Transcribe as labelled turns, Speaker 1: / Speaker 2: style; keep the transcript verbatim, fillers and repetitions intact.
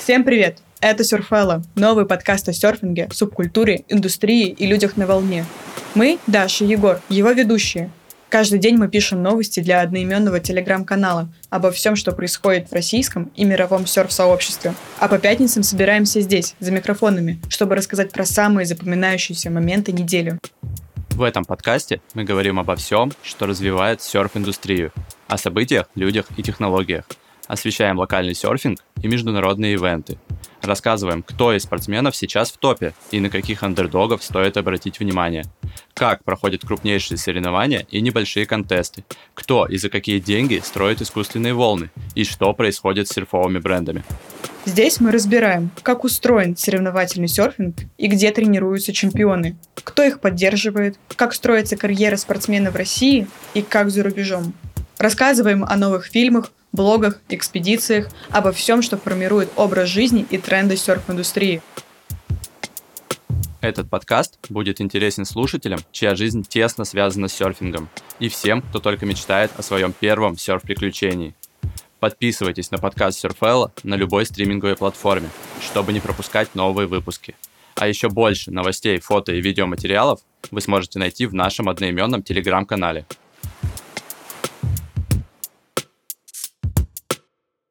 Speaker 1: Всем привет! Это Surfella, новый подкаст о серфинге, субкультуре, индустрии и людях на волне. Мы, Даша и Егор, его ведущие. Каждый день мы пишем новости для одноименного телеграм-канала обо всем, что происходит в российском и мировом серф-сообществе. А по пятницам собираемся здесь, за микрофонами, чтобы рассказать про самые запоминающиеся моменты недели.
Speaker 2: В этом подкасте мы говорим обо всем, что развивает серф-индустрию, о событиях, людях и технологиях. Освещаем локальный серфинг и международные ивенты. Рассказываем, кто из спортсменов сейчас в топе и на каких андердогов стоит обратить внимание. Как проходят крупнейшие соревнования и небольшие контесты. Кто и за какие деньги строит искусственные волны. И что происходит с серфовыми брендами.
Speaker 1: Здесь мы разбираем, как устроен соревновательный серфинг и где тренируются чемпионы, кто их поддерживает, как строится карьера спортсмена в России и как за рубежом. Рассказываем о новых фильмах, блогах, экспедициях, обо всем, что формирует образ жизни и тренды серф-индустрии.
Speaker 2: Этот подкаст будет интересен слушателям, чья жизнь тесно связана с серфингом, и всем, кто только мечтает о своем первом серф-приключении. Подписывайтесь на подкаст Surfella на любой стриминговой платформе, чтобы не пропускать новые выпуски. А еще больше новостей, фото и видеоматериалов вы сможете найти в нашем одноименном телеграм-канале.